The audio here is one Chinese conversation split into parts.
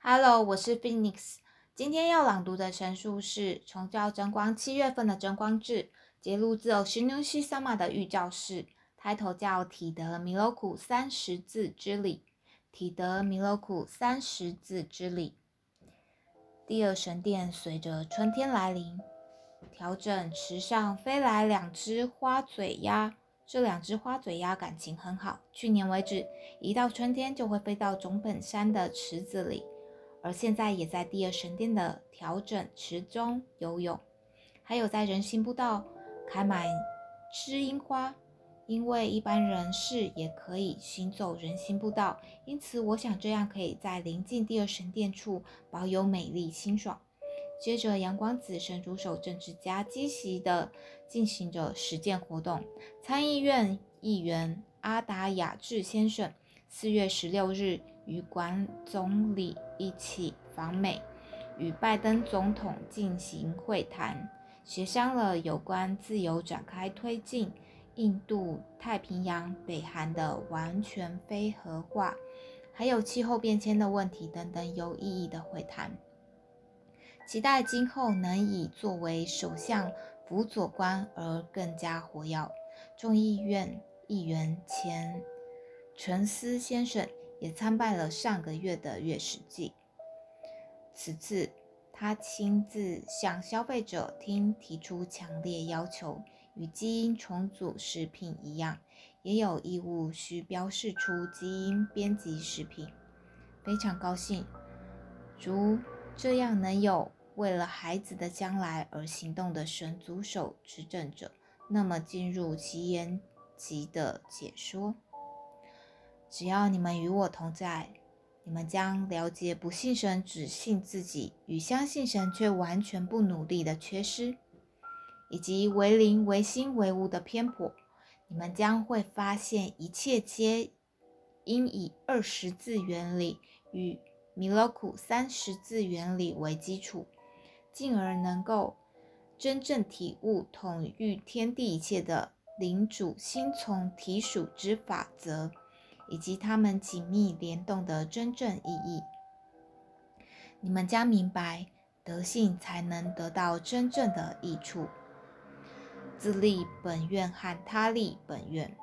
Hello，我是 Phoenix。今天要朗读的神书是重教真光7月份的真光志，揭露自由十牛西萨玛的预兆式，抬头叫体德弥勒苦30字之理。体德弥勒苦30字之理。第二神殿随着春天来临，调整池上飞来2只花嘴鸭。这2只花嘴鸭感情很好，去年为止，一到春天就会飞到总本山的池子里，而现在也在第二神殿的调整池中游泳。还有在人行步道开满知樱花，因为一般人士也可以行走人行步道，因此我想这样可以在临近第二神殿处保有美丽清爽。接着阳光子神主手政治家积极地进行着实践活动。参议院议员阿达雅治先生4月16日与管总理一起访美，与拜登总统进行会谈，协商了有关自由展开推进印度太平洋北韩的完全非核化，还有气候变迁的问题等等有意义的会谈。期待今后能以作为首相辅佐官而更加活跃。众议院议员前陈思先生也参拜了上个月的月食祭。此次他亲自向消费者厅提出强烈要求，与基因重组食品一样，也有义务需标示出基因编辑食品。非常高兴，如这样能有为了孩子的将来而行动的神组手执政者，那么进入其言及的解说。只要你们与我同在，你们将了解不信神只信自己与相信神却完全不努力的缺失，以及唯灵唯心唯无的偏颇。你们将会发现一切皆应以20字原理与弥勒苦30字原理为基础，进而能够真正体悟统御天地一切的灵主心从体属之法则，以及它们紧密联动的真正意义。你们将明白，德性才能得到真正的益处。自立本愿和他立本愿。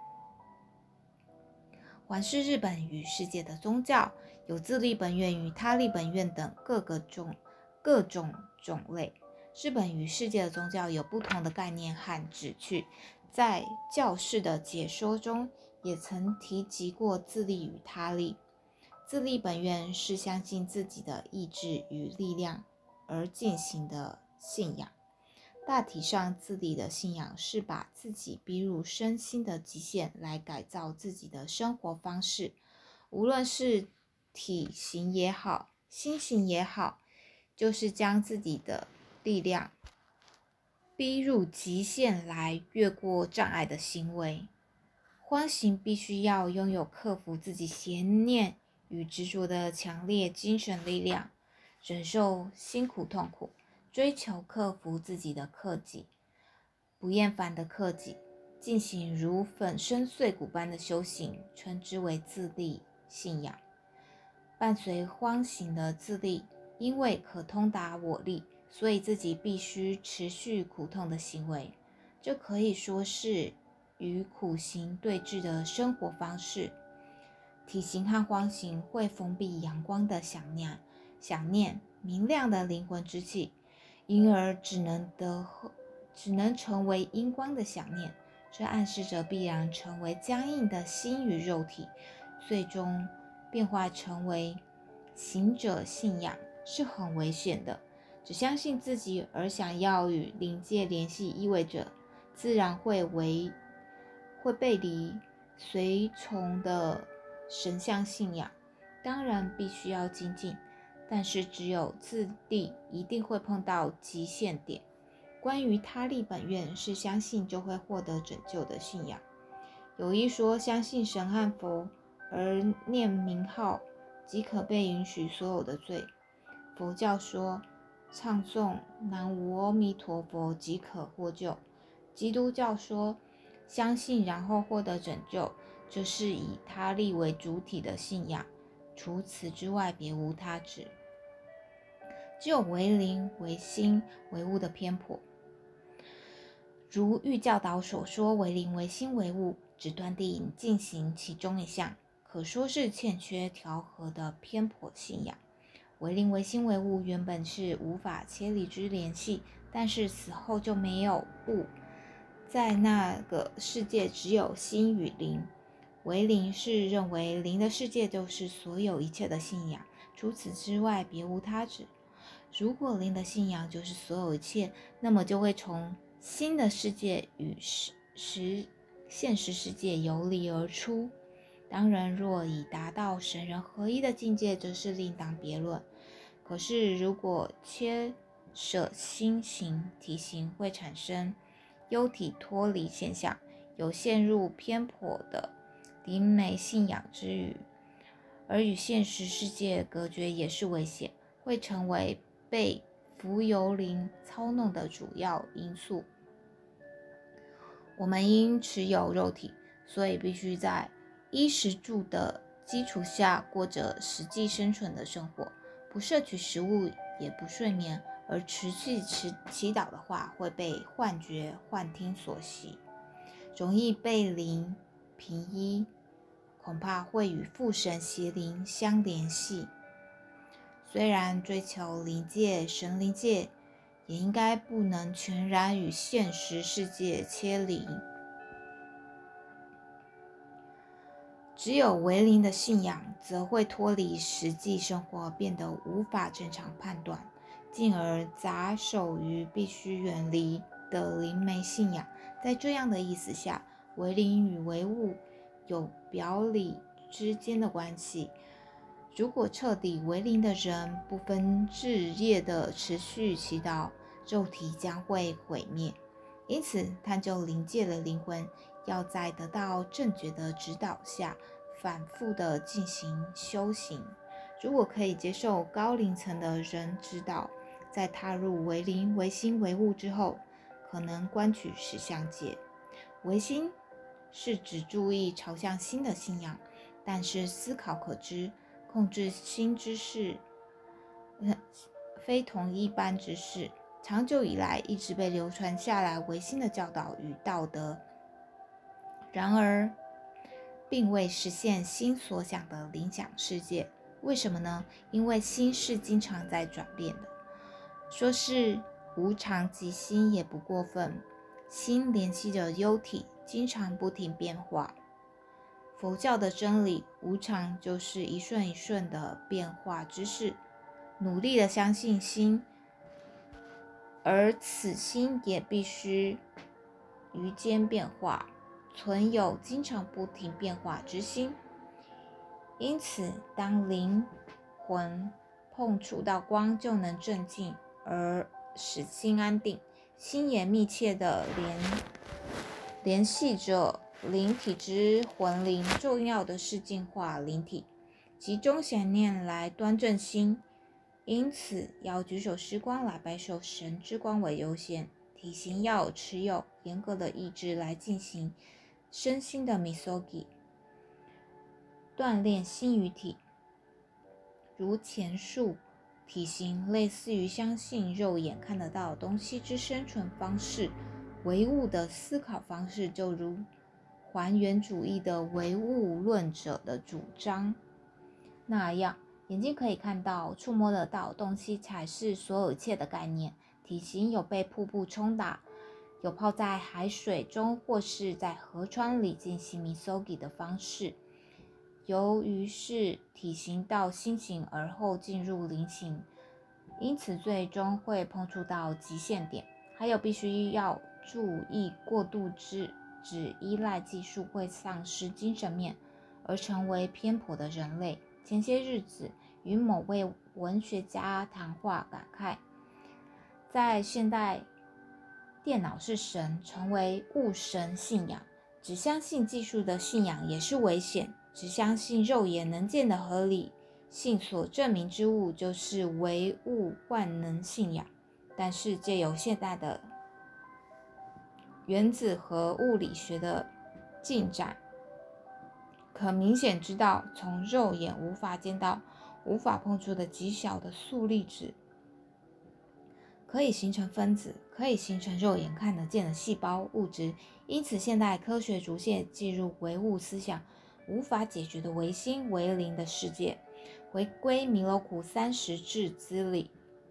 环视日本与世界的宗教，有自立本愿与他立本愿等各种种类。日本与世界的宗教有不同的概念和旨趣，在教士的解说中也曾提及过自立与他立。自立本愿是相信自己的意志与力量而进行的信仰。大体上，自立的信仰是把自己逼入身心的极限来改造自己的生活方式，无论是体型也好，心型也好，就是将自己的力量逼入极限来越过障碍的行为。欢行必须要拥有克服自己邪念与执着的强烈精神力量，忍受辛苦痛苦，追求克服自己的克己，不厌烦的克己，进行如粉身碎骨般的修行，称之为自立信仰。伴随欢行的自立，因为可通达我力，所以自己必须持续苦痛的行为，这可以说是与苦行对峙的生活方式。体型和欢行会封闭阳光的想念明亮的灵魂之气，因而只能成为阴光的想念，这暗示着必然成为僵硬的心与肉体，最终变化成为行者信仰，是很危险的。只相信自己而想要与灵界联系，意味着自然会背离随从的神像信仰。当然必须要精进，但是只有自立一定会碰到极限点。关于他立本愿，是相信就会获得拯救的信仰。有一说相信神和佛而念名号即可被允许所有的罪。佛教说唱诵南无阿弥陀佛即可获救。基督教说相信然后获得拯救，这是以他立为主体的信仰，除此之外别无他旨。 只有唯灵、唯心、唯物的偏颇。如欲教导所说唯灵、唯心、唯物，只断定进行其中一项，可说是欠缺调和的偏颇信仰。唯灵、唯心、唯物原本是无法切离之联系，但是死后就没有物，在那个世界只有心与灵。唯灵是认为灵的世界就是所有一切的信仰，除此之外别无他指。如果灵的信仰就是所有一切，那么就会从新的世界与现实世界游离而出。当然，若已达到神人合一的境界，则是另当别论。可是，如果切舍心形体型，会产生幽体脱离现象，有陷入偏颇的灵媒信仰之余，而与现实世界隔绝也是危险，会成为被浮游灵操弄的主要因素。我们因持有肉体，所以必须在衣食住的基础下过着实际生存的生活，不摄取食物，也不睡眠，而持续祈祷的话，会被幻觉、幻听所袭，容易被灵平依，恐怕会与父神邪灵相联系。虽然追求灵界、神灵界，也应该不能全然与现实世界切离。只有唯灵的信仰，则会脱离实际生活，变得无法正常判断，进而杂手于必须远离的灵媒信仰。在这样的意思下，唯灵与唯物有表里之间的关系。如果彻底唯灵的人不分日夜的持续祈祷，肉体将会毁灭。因此，探究灵界的灵魂，要在得到正觉的指导下，反复的进行修行。如果可以接受高龄层的人指导，在踏入唯灵、唯心、唯物之后，可能观取实相界。唯心是指注意朝向新的信仰，但是思考可知，控制心之事，非同一般之事。长久以来一直被流传下来唯心的教导与道德，然而并未实现心所想的理想世界。为什么呢？因为心是经常在转变的，说是无常即心也不过分。心联系着幽体，经常不停变化。佛教的真理，无常就是一瞬一瞬的变化之事，努力的相信心，而此心也必须于间变化，存有经常不停变化之心。因此，当灵魂碰触到光，就能镇静而使心安定。心也密切的联系着灵体之魂灵，重要的是净化灵体，集中想念来端正心。因此，要举手施光来拜受神之光为优先，体型要持有严格的意志来进行身心的 misogi， 锻炼心与体。如前述，体型类似于相信肉眼看得到东西之生存方式，唯物的思考方式就如还原主义的唯物论者的主张那样，眼睛可以看到、触摸得到东西才是所有一切的概念。体型有被瀑布冲打，有泡在海水中或是在河川里进行 misogi 的方式。由于是体型到心型而后进入灵型，因此最终会碰触到极限点。还有必须要注意，过度只依赖技术会丧失精神面，而成为偏颇的人类。前些日子与某位文学家谈话，感慨在现代电脑是神，成为物神信仰，只相信技术的信仰也是危险。只相信肉眼能见的合理性所证明之物，就是唯物万能信仰。但是借由现代的原子和物理学的进展，可明显知道，从肉眼无法见到、无法碰触的极小的素粒子可以形成分子，可以形成肉眼看得见的细胞物质。因此现代科学逐渐进入唯物思想无法解决的唯心唯灵的世界，回归弥勒苦30智之理。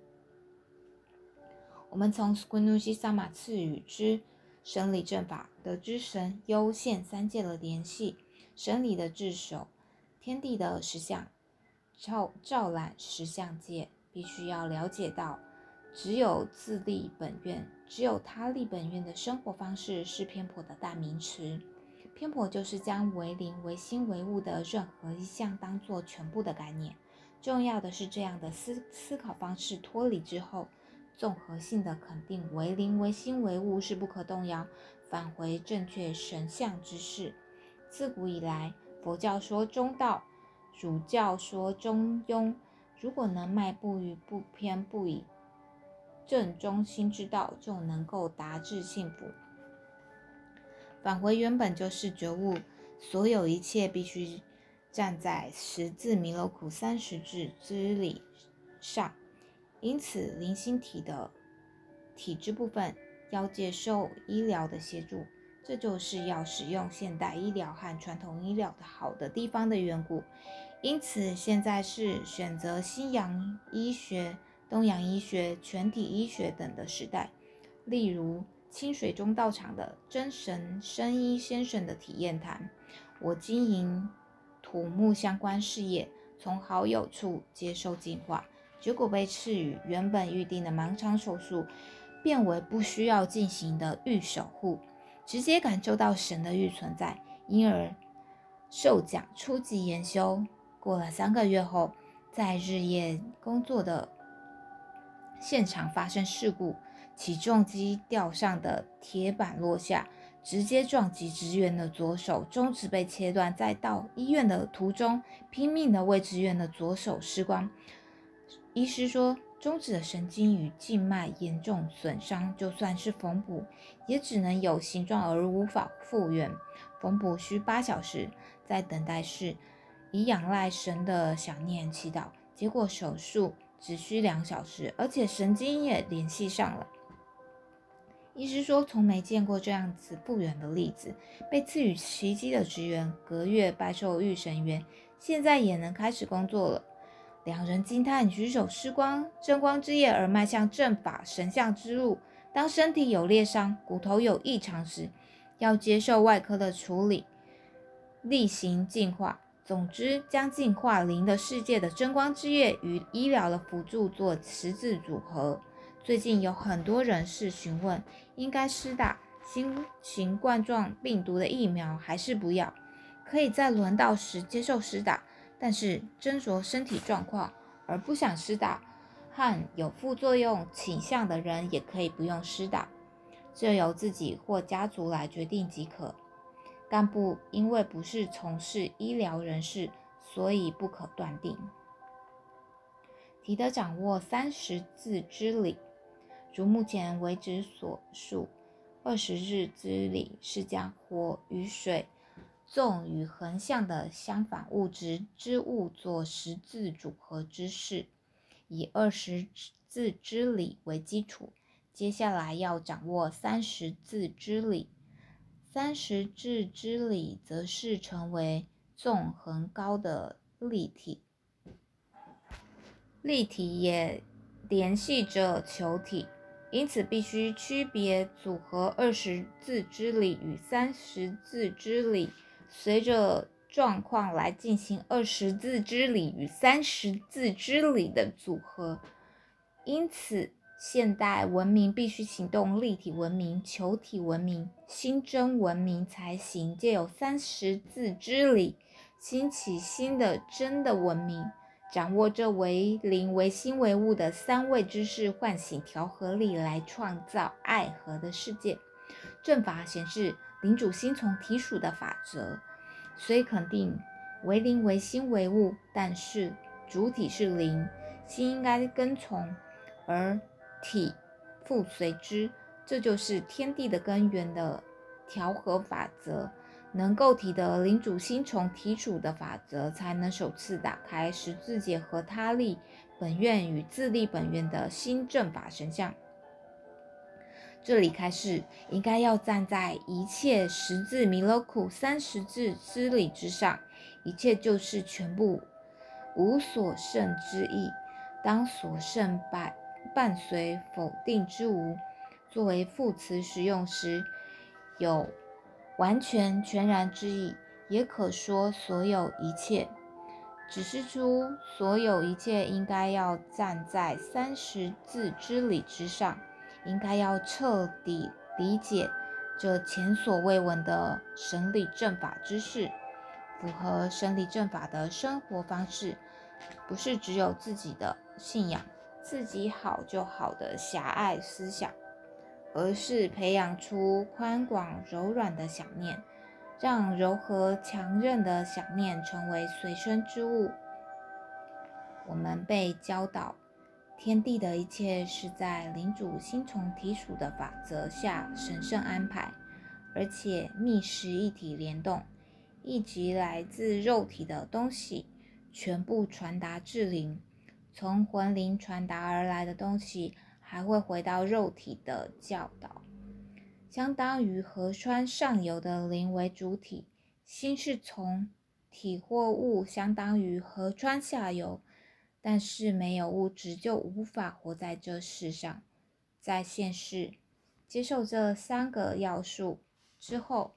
我们从 Squinnushi Sama 赐予之神理正法得知神幽现三界的联系，神理的智守，天地的实相，照览实相界，必须要了解到只有自立本愿，只有他立本愿的生活方式是偏颇的大名词。偏颇就是将唯灵、唯心、唯物的任何一项当作全部的概念。重要的是这样的思考方式脱离之后，综合性的肯定唯灵、唯心、唯物是不可动摇，返回正确神相之事。自古以来，佛教说中道，儒教说中庸，如果能迈步于不偏不倚正中心之道，就能够达至幸福。返回原本就是觉悟，所有一切必须站在十字弥勒苦30智之理上。因此灵性体的体质部分要接受医疗的协助，这就是要使用现代医疗和传统医疗的好的地方的缘故。因此现在是选择西洋医学、东洋医学、全体医学等的时代。例如清水中道场的真神生医先生的体验谈，我经营土木相关事业，从好友处接受净化，结果被赐予原本预定的盲肠手术变为不需要进行的预守护，直接感受到神的预存在，因而受奖初级研修。过了3个月后，在日夜工作的现场发生事故，起重机吊上的铁板落下，直接撞击职员的左手，中指被切断。在到医院的途中，拼命的为职员的左手施光。医师说，中指的神经与静脉严重损伤，就算是缝补，也只能有形状而无法复原。缝补需8小时，在等待室以仰赖神的想念祈祷，结果手术只需2小时，而且神经也联系上了。医师说，从没见过这样子复原的例子。被赐予奇迹的职员隔月拜受御神员，现在也能开始工作了。两人惊叹，举手施光，真光之业而迈向正法神相之路。当身体有裂伤、骨头有异常时，要接受外科的处理，例行净化。总之，将净化灵的世界的真光之业与医疗的辅助做十字组合。最近有很多人士询问，应该施打新型冠状病毒的疫苗还是不要？可以在轮到时接受施打，但是斟酌身体状况而不想施打和有副作用倾向的人也可以不用施打，这由自己或家族来决定即可。干部因为不是从事医疗人士，所以不可断定。提得掌握30字之理，如目前为止所述，20日之理是将火与水、纵与横向的相反物质之物做十字组合之事，以20字之理为基础。接下来要掌握30字之理，30字之理则是成为纵横高的立体，立体也联系着球体，因此必须区别组合20字之理与30字之理，随着状况来进行20字之理与30字之理的组合。因此现代文明必须行动立体文明、球体文明、新真文明才行，借有30字之理兴起新的真的文明，掌握这为灵、为心、为物的3位之事，唤醒调和力来创造爱和的世界。正法显示灵主心从体属的法则，虽肯定为灵、为心、为物，但是主体是灵，心应该跟从，而体复随之，这就是天地的根源的调和法则。能够体得灵主心从体属的法则，才能首次打开十字结合他立本愿与自立本愿的新正法神相。 这里开始应该要站在一切十字弥勒库三十字之理之上，一切就是全部，无所胜之意。当所胜伴随否定之无作为副词使用时，有完全全然之意，也可说所有一切，指示出所有一切应该要站在三十字之理之上，应该要彻底理解这前所未闻的神理正法之事，符合神理正法的生活方式，不是只有自己的信仰，自己好就好的狭隘思想，而是培养出宽广柔软的想念，让柔和强韧的想念成为随身之物。我们被教导，天地的一切是在领主心从体属的法则下神圣安排，而且密实一体联动，以及来自肉体的东西全部传达至灵，从魂灵传达而来的东西还会回到肉体的教导。相当于河川上游的灵为主体，心是从体或物相当于河川下游，但是没有物质就无法活在这世上。在现世接受这三个要素之后，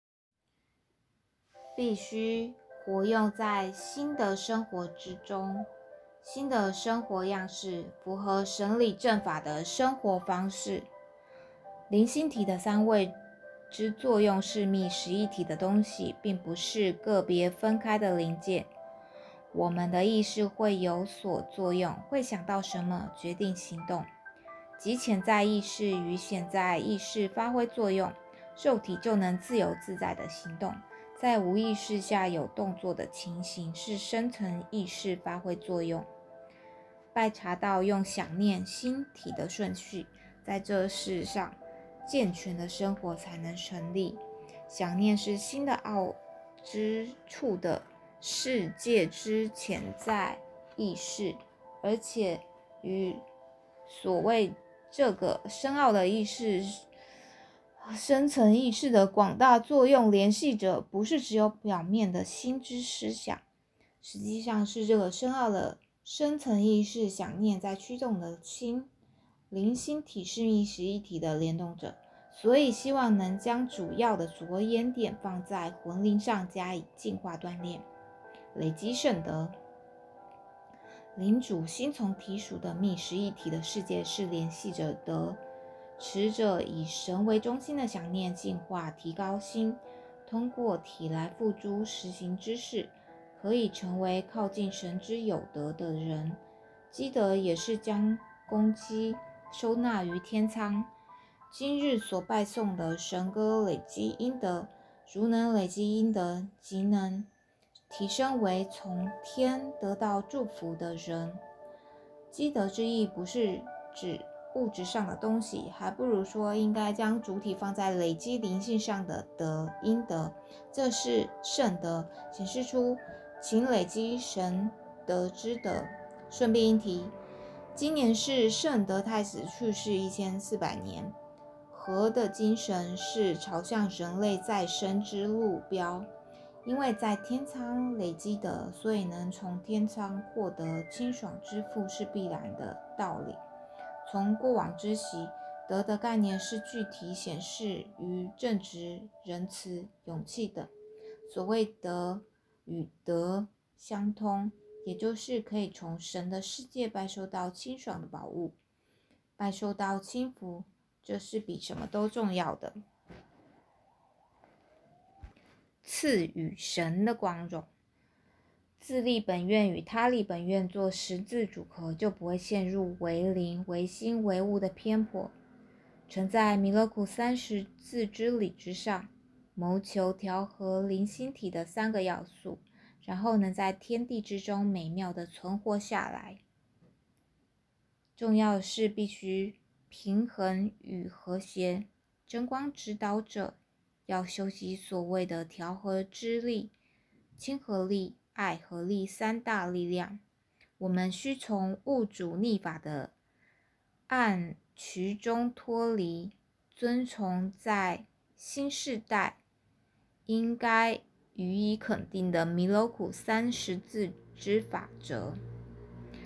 必须活用在新的生活之中，新的生活样式符合神理正法的生活方式。灵性体的三位之作用是密实一体的东西，并不是个别分开的零件。我们的意识会有所作用，会想到什么决定行动，即潜在意识与显在意识发挥作用，肉体就能自由自在地行动。在无意识下有动作的情形是深层意识发挥作用。拜查到用想念心体的顺序，在这世上健全的生活才能成立。想念是心的奥之处的世界之潜在意识，而且与所谓这个深奥的意识、深层意识的广大作用联系着，不是只有表面的心之思想，实际上是这个深奥的深层意识想念在驱动的心。灵心体是密实一体的联动者，所以希望能将主要的着眼点放在魂灵上加以进化锻炼，累积圣德。灵主心从体属的密实一体的世界是联系着德，持着以神为中心的想念进化提高心，通过体来付诸实行之事，可以成为靠近神之有德的人。积德也是将功绩收纳于天仓。今日所拜诵的神歌累积阴德，如能累积阴德，即能提升为从天得到祝福的人。积德之意不是指物质上的东西，还不如说应该将主体放在累积灵性上的德阴德，这是圣德，显示出请累积神德之德。顺便一提，今年是圣德太子去世1400年，和的精神是朝向人类再生之路标。因为在天仓累积德，所以能从天仓获得清爽之福是必然的道理。从过往之习，德的概念是具体显示于正直、仁慈、勇气等。所谓德与德相通，也就是可以从神的世界拜受到清爽的宝物，拜受到清福，这是比什么都重要的。赐予神的光荣，自立本愿与他立本愿做十字组合，就不会陷入唯灵、唯心、唯物的偏颇，存在弥勒苦30字之理之上，谋求调和灵心体的3个要素，然后能在天地之中美妙地存活下来。重要的是必须平衡与和谐。真光指导者要修习所谓的调和之力、亲和力、爱和力3大力量。我们需从物主逆法的暗渠中脱离， 遵从在新世代应该予以肯定的米罗库三十字之法则，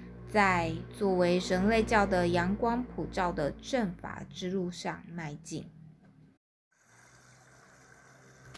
在作为人类教的阳光普照的正法之路上迈进。